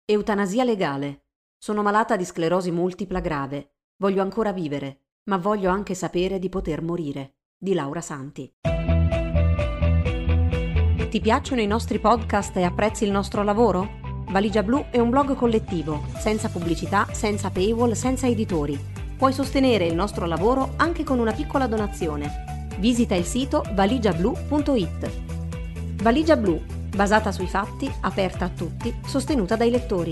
Eutanasia legale. Sono malata di sclerosi multipla grave. Voglio ancora vivere, ma voglio anche sapere di poter morire. Di Laura Santi. Ti piacciono i nostri podcast e apprezzi il nostro lavoro? Valigia Blu è un blog collettivo, senza pubblicità, senza paywall, senza editori. Puoi sostenere il nostro lavoro anche con una piccola donazione. Visita il sito valigiablu.it. Valigia Blu, basata sui fatti, aperta a tutti, sostenuta dai lettori.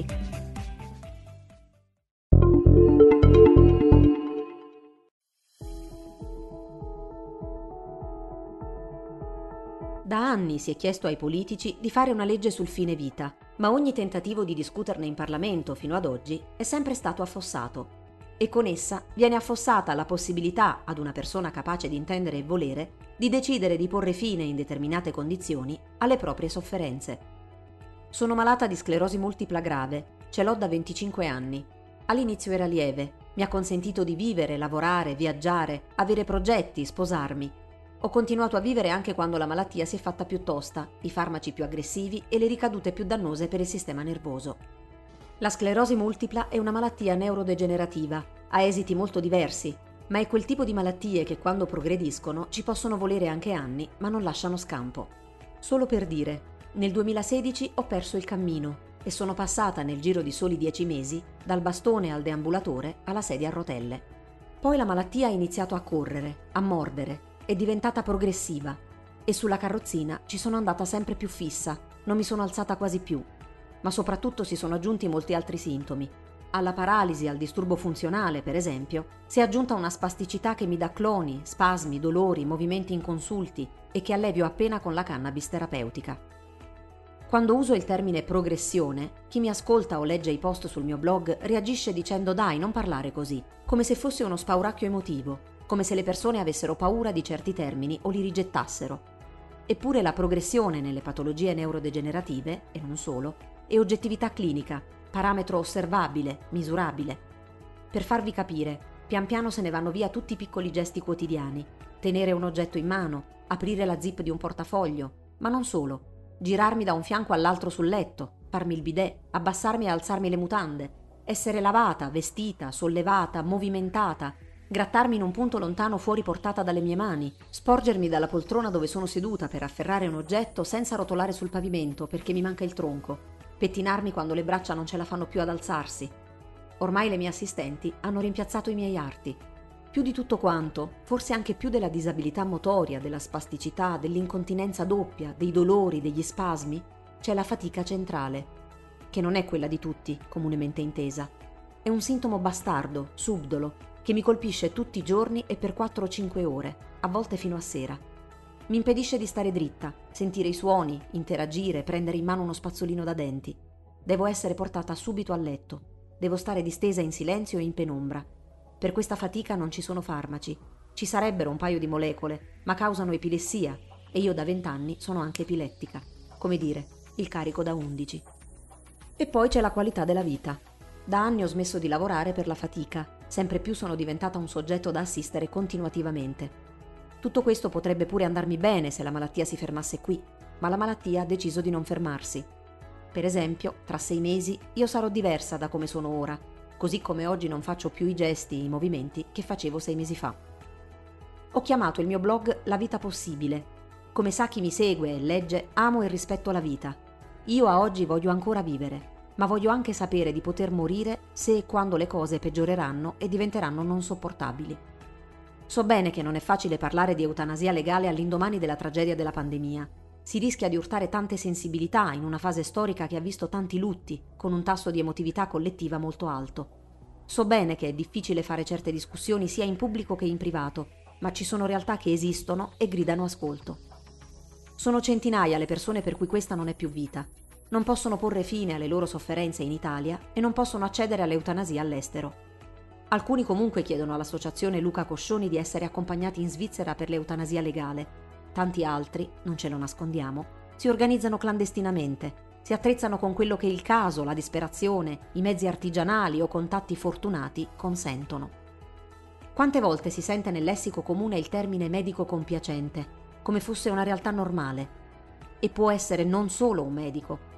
Da anni si è chiesto ai politici di fare una legge sul fine vita, ma ogni tentativo di discuterne in Parlamento fino ad oggi è sempre stato affossato. E con essa viene affossata la possibilità ad una persona capace di intendere e volere di decidere di porre fine in determinate condizioni alle proprie sofferenze. Sono malata di sclerosi multipla grave, ce l'ho da 25 anni. All'inizio era lieve, mi ha consentito di vivere, lavorare, viaggiare, avere progetti, sposarmi. Ho continuato a vivere anche quando la malattia si è fatta più tosta, i farmaci più aggressivi e le ricadute più dannose per il sistema nervoso. La sclerosi multipla è una malattia neurodegenerativa, ha esiti molto diversi, ma è quel tipo di malattie che quando progrediscono ci possono volere anche anni, ma non lasciano scampo. Solo per dire, nel 2016 ho perso il cammino e sono passata nel giro di soli 10 mesi dal bastone al deambulatore alla sedia a rotelle. Poi la malattia ha iniziato a correre, a mordere, è diventata progressiva e sulla carrozzina ci sono andata sempre più fissa, non mi sono alzata quasi più. Ma soprattutto si sono aggiunti molti altri sintomi. Alla paralisi, al disturbo funzionale, per esempio, si è aggiunta una spasticità che mi dà cloni, spasmi, dolori, movimenti inconsulti e che allevio appena con la cannabis terapeutica. Quando uso il termine progressione, chi mi ascolta o legge i post sul mio blog reagisce dicendo «dai, non parlare così», come se fosse uno spauracchio emotivo, come se le persone avessero paura di certi termini o li rigettassero. Eppure la progressione nelle patologie neurodegenerative, e non solo, è oggettività clinica, parametro osservabile, misurabile. Per farvi capire, pian piano se ne vanno via tutti i piccoli gesti quotidiani, tenere un oggetto in mano, aprire la zip di un portafoglio, ma non solo, girarmi da un fianco all'altro sul letto, farmi il bidet, abbassarmi e alzarmi le mutande, essere lavata, vestita, sollevata, movimentata, grattarmi in un punto lontano fuori portata dalle mie mani, sporgermi dalla poltrona dove sono seduta per afferrare un oggetto senza rotolare sul pavimento perché mi manca il tronco, pettinarmi quando le braccia non ce la fanno più ad alzarsi. Ormai le mie assistenti hanno rimpiazzato i miei arti. Più di tutto quanto, forse anche più della disabilità motoria, della spasticità, dell'incontinenza doppia, dei dolori, degli spasmi, c'è la fatica centrale, che non è quella di tutti, comunemente intesa. È un sintomo bastardo, subdolo, che mi colpisce tutti i giorni e per 4 o 5 ore, a volte fino a sera. Mi impedisce di stare dritta, sentire i suoni, interagire, prendere in mano uno spazzolino da denti. Devo essere portata subito a letto. Devo stare distesa in silenzio e in penombra. Per questa fatica non ci sono farmaci. Ci sarebbero un paio di molecole, ma causano epilessia e io da 20 anni sono anche epilettica. Come dire, il carico da 11. E poi c'è la qualità della vita. Da anni ho smesso di lavorare per la fatica, sempre più sono diventata un soggetto da assistere continuativamente. Tutto questo potrebbe pure andarmi bene se la malattia si fermasse qui, ma la malattia ha deciso di non fermarsi. Per esempio, tra 6 mesi io sarò diversa da come sono ora, così come oggi non faccio più i gesti e i movimenti che facevo 6 mesi fa. Ho chiamato il mio blog La vita possibile. Come sa chi mi segue e legge, amo e rispetto la vita. Io a oggi voglio ancora vivere, ma voglio anche sapere di poter morire se e quando le cose peggioreranno e diventeranno non sopportabili. So bene che non è facile parlare di eutanasia legale all'indomani della tragedia della pandemia. Si rischia di urtare tante sensibilità in una fase storica che ha visto tanti lutti, con un tasso di emotività collettiva molto alto. So bene che è difficile fare certe discussioni sia in pubblico che in privato, ma ci sono realtà che esistono e gridano ascolto. Sono centinaia le persone per cui questa non è più vita. Non possono porre fine alle loro sofferenze in Italia e non possono accedere all'eutanasia all'estero. Alcuni comunque chiedono all'associazione Luca Coscioni di essere accompagnati in Svizzera per l'eutanasia legale. Tanti altri, non ce lo nascondiamo, si organizzano clandestinamente, si attrezzano con quello che il caso, la disperazione, i mezzi artigianali o contatti fortunati consentono. Quante volte si sente nel lessico comune il termine medico compiacente, come fosse una realtà normale. E può essere non solo un medico,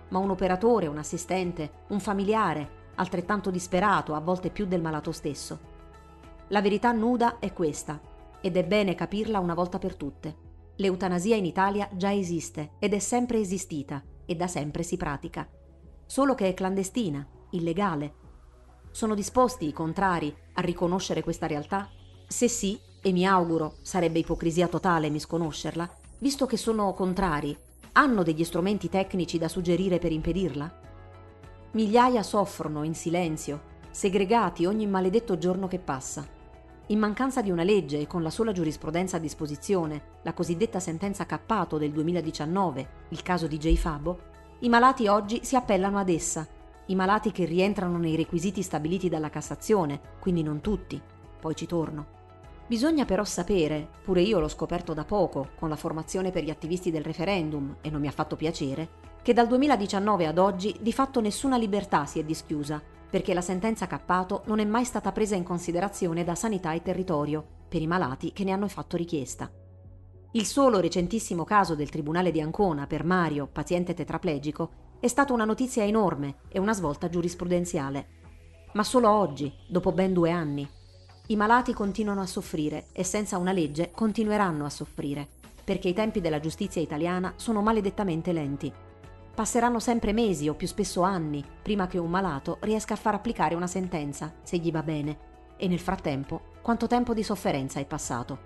ma un operatore, un assistente, un familiare, altrettanto disperato, a volte più del malato stesso. La verità nuda è questa, ed è bene capirla una volta per tutte. L'eutanasia in Italia già esiste ed è sempre esistita e da sempre si pratica. Solo che è clandestina, illegale. Sono disposti i contrari a riconoscere questa realtà? Se sì, e mi auguro, sarebbe ipocrisia totale misconoscerla, visto che sono contrari, hanno degli strumenti tecnici da suggerire per impedirla? Migliaia soffrono in silenzio, segregati ogni maledetto giorno che passa. In mancanza di una legge e con la sola giurisprudenza a disposizione, la cosiddetta sentenza Cappato del 2019, il caso di J. Fabo, i malati oggi si appellano ad essa, i malati che rientrano nei requisiti stabiliti dalla Cassazione, quindi non tutti, poi ci torno. Bisogna però sapere, pure io l'ho scoperto da poco con la formazione per gli attivisti del referendum e non mi ha fatto piacere, che dal 2019 ad oggi di fatto nessuna libertà si è dischiusa, perché la sentenza Cappato non è mai stata presa in considerazione da Sanità e Territorio per i malati che ne hanno fatto richiesta. Il solo recentissimo caso del Tribunale di Ancona per Mario, paziente tetraplegico, è stata una notizia enorme e una svolta giurisprudenziale. Ma solo oggi, dopo ben 2 anni, i malati continuano a soffrire e senza una legge continueranno a soffrire, perché i tempi della giustizia italiana sono maledettamente lenti. Passeranno sempre mesi o più spesso anni prima che un malato riesca a far applicare una sentenza, se gli va bene, e nel frattempo quanto tempo di sofferenza è passato.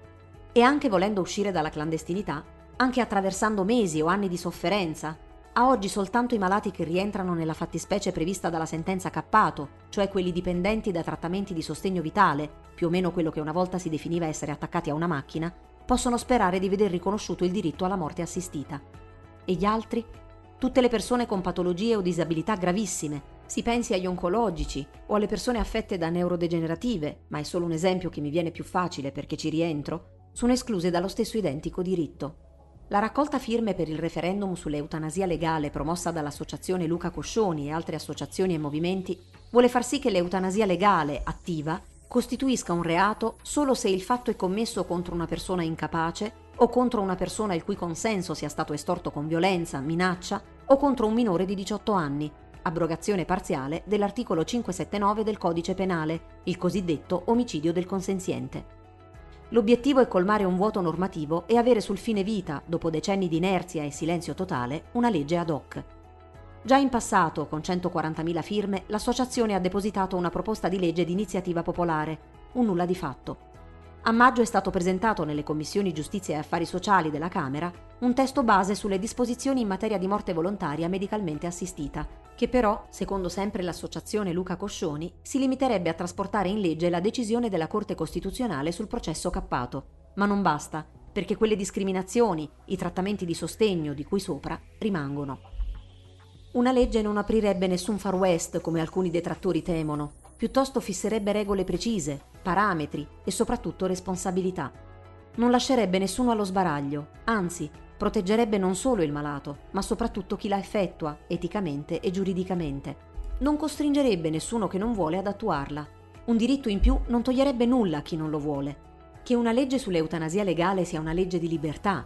E anche volendo uscire dalla clandestinità, anche attraversando mesi o anni di sofferenza, a oggi soltanto i malati che rientrano nella fattispecie prevista dalla sentenza Cappato, cioè quelli dipendenti da trattamenti di sostegno vitale, più o meno quello che una volta si definiva essere attaccati a una macchina, possono sperare di veder riconosciuto il diritto alla morte assistita. E gli altri? Tutte le persone con patologie o disabilità gravissime, si pensi agli oncologici o alle persone affette da neurodegenerative, ma è solo un esempio che mi viene più facile perché ci rientro, sono escluse dallo stesso identico diritto. La raccolta firme per il referendum sull'eutanasia legale promossa dall'associazione Luca Coscioni e altre associazioni e movimenti vuole far sì che l'eutanasia legale, attiva, costituisca un reato solo se il fatto è commesso contro una persona incapace o contro una persona il cui consenso sia stato estorto con violenza, minaccia o contro un minore di 18 anni, abrogazione parziale dell'articolo 579 del Codice Penale, il cosiddetto omicidio del consenziente. L'obiettivo è colmare un vuoto normativo e avere sul fine vita, dopo decenni di inerzia e silenzio totale, una legge ad hoc. Già in passato, con 140.000 firme, l'associazione ha depositato una proposta di legge di iniziativa popolare, un nulla di fatto. A maggio è stato presentato nelle commissioni Giustizia e Affari Sociali della Camera un testo base sulle disposizioni in materia di morte volontaria medicalmente assistita, che però, secondo sempre l'associazione Luca Coscioni, si limiterebbe a trasportare in legge la decisione della Corte Costituzionale sul processo Cappato. Ma non basta, perché quelle discriminazioni, i trattamenti di sostegno di cui sopra, rimangono. Una legge non aprirebbe nessun Far West, come alcuni detrattori temono, piuttosto fisserebbe regole precise, parametri e soprattutto responsabilità. Non lascerebbe nessuno allo sbaraglio, anzi, proteggerebbe non solo il malato, ma soprattutto chi la effettua, eticamente e giuridicamente. Non costringerebbe nessuno che non vuole ad attuarla. Un diritto in più non toglierebbe nulla a chi non lo vuole. Che una legge sull'eutanasia legale sia una legge di libertà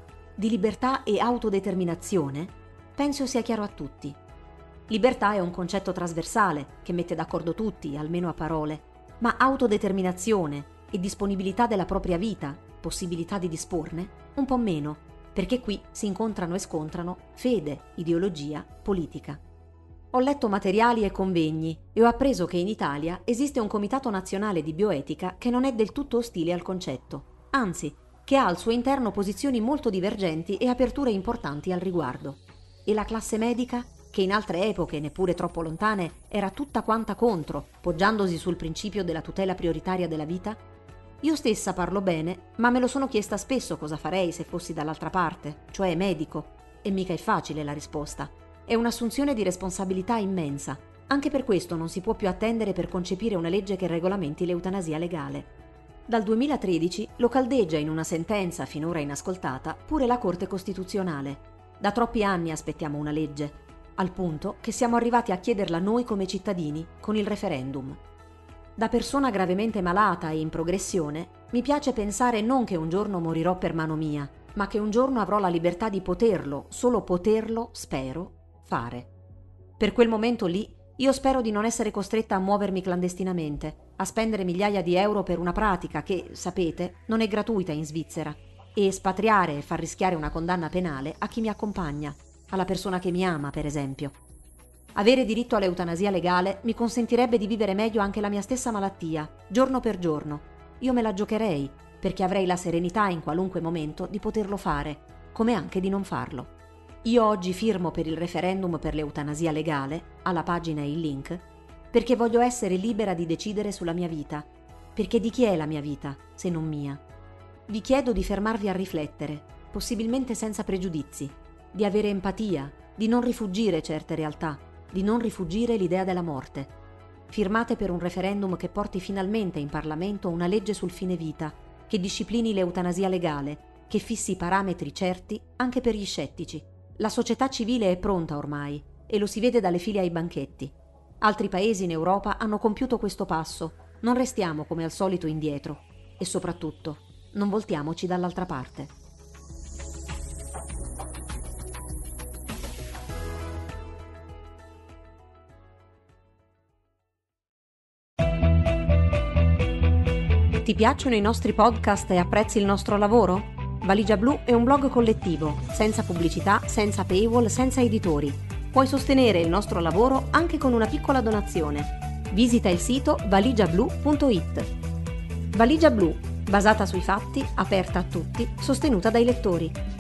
e autodeterminazione, penso sia chiaro a tutti. Libertà è un concetto trasversale che mette d'accordo tutti, almeno a parole, ma autodeterminazione e disponibilità della propria vita, possibilità di disporne, un po' meno, perché qui si incontrano e scontrano fede, ideologia, politica. Ho letto materiali e convegni e ho appreso che in Italia esiste un comitato nazionale di bioetica che non è del tutto ostile al concetto, anzi, che ha al suo interno posizioni molto divergenti e aperture importanti al riguardo. E la classe medica, che in altre epoche, neppure troppo lontane, era tutta quanta contro, poggiandosi sul principio della tutela prioritaria della vita? Io stessa parlo bene, ma me lo sono chiesta spesso cosa farei se fossi dall'altra parte, cioè medico, e mica è facile la risposta. È un'assunzione di responsabilità immensa. Anche per questo non si può più attendere per concepire una legge che regolamenti l'eutanasia legale. Dal 2013 lo caldeggia in una sentenza finora inascoltata pure la Corte Costituzionale. Da troppi anni aspettiamo una legge, al punto che siamo arrivati a chiederla noi come cittadini con il referendum. Da persona gravemente malata e in progressione, mi piace pensare non che un giorno morirò per mano mia, ma che un giorno avrò la libertà di poterlo, solo poterlo, spero, fare. Per quel momento lì io spero di non essere costretta a muovermi clandestinamente, a spendere migliaia di euro per una pratica che, sapete, non è gratuita in Svizzera, e espatriare e far rischiare una condanna penale a chi mi accompagna, alla persona che mi ama, per esempio. Avere diritto all'eutanasia legale mi consentirebbe di vivere meglio anche la mia stessa malattia, giorno per giorno. Io me la giocherei, perché avrei la serenità in qualunque momento di poterlo fare, come anche di non farlo. Io oggi firmo per il referendum per l'eutanasia legale, alla pagina e il link, perché voglio essere libera di decidere sulla mia vita, perché di chi è la mia vita, se non mia? Vi chiedo di fermarvi a riflettere, possibilmente senza pregiudizi, di avere empatia, di non rifuggire certe realtà, di non rifuggire l'idea della morte. Firmate per un referendum che porti finalmente in Parlamento una legge sul fine vita, che disciplini l'eutanasia legale, che fissi parametri certi anche per gli scettici. La società civile è pronta ormai e lo si vede dalle file ai banchetti. Altri paesi in Europa hanno compiuto questo passo. Non restiamo come al solito indietro e soprattutto non voltiamoci dall'altra parte. Ti piacciono i nostri podcast e apprezzi il nostro lavoro? Valigia Blu è un blog collettivo, senza pubblicità, senza paywall, senza editori. Puoi sostenere il nostro lavoro anche con una piccola donazione. Visita il sito valigiablu.it. Valigia Blu, basata sui fatti, aperta a tutti, sostenuta dai lettori.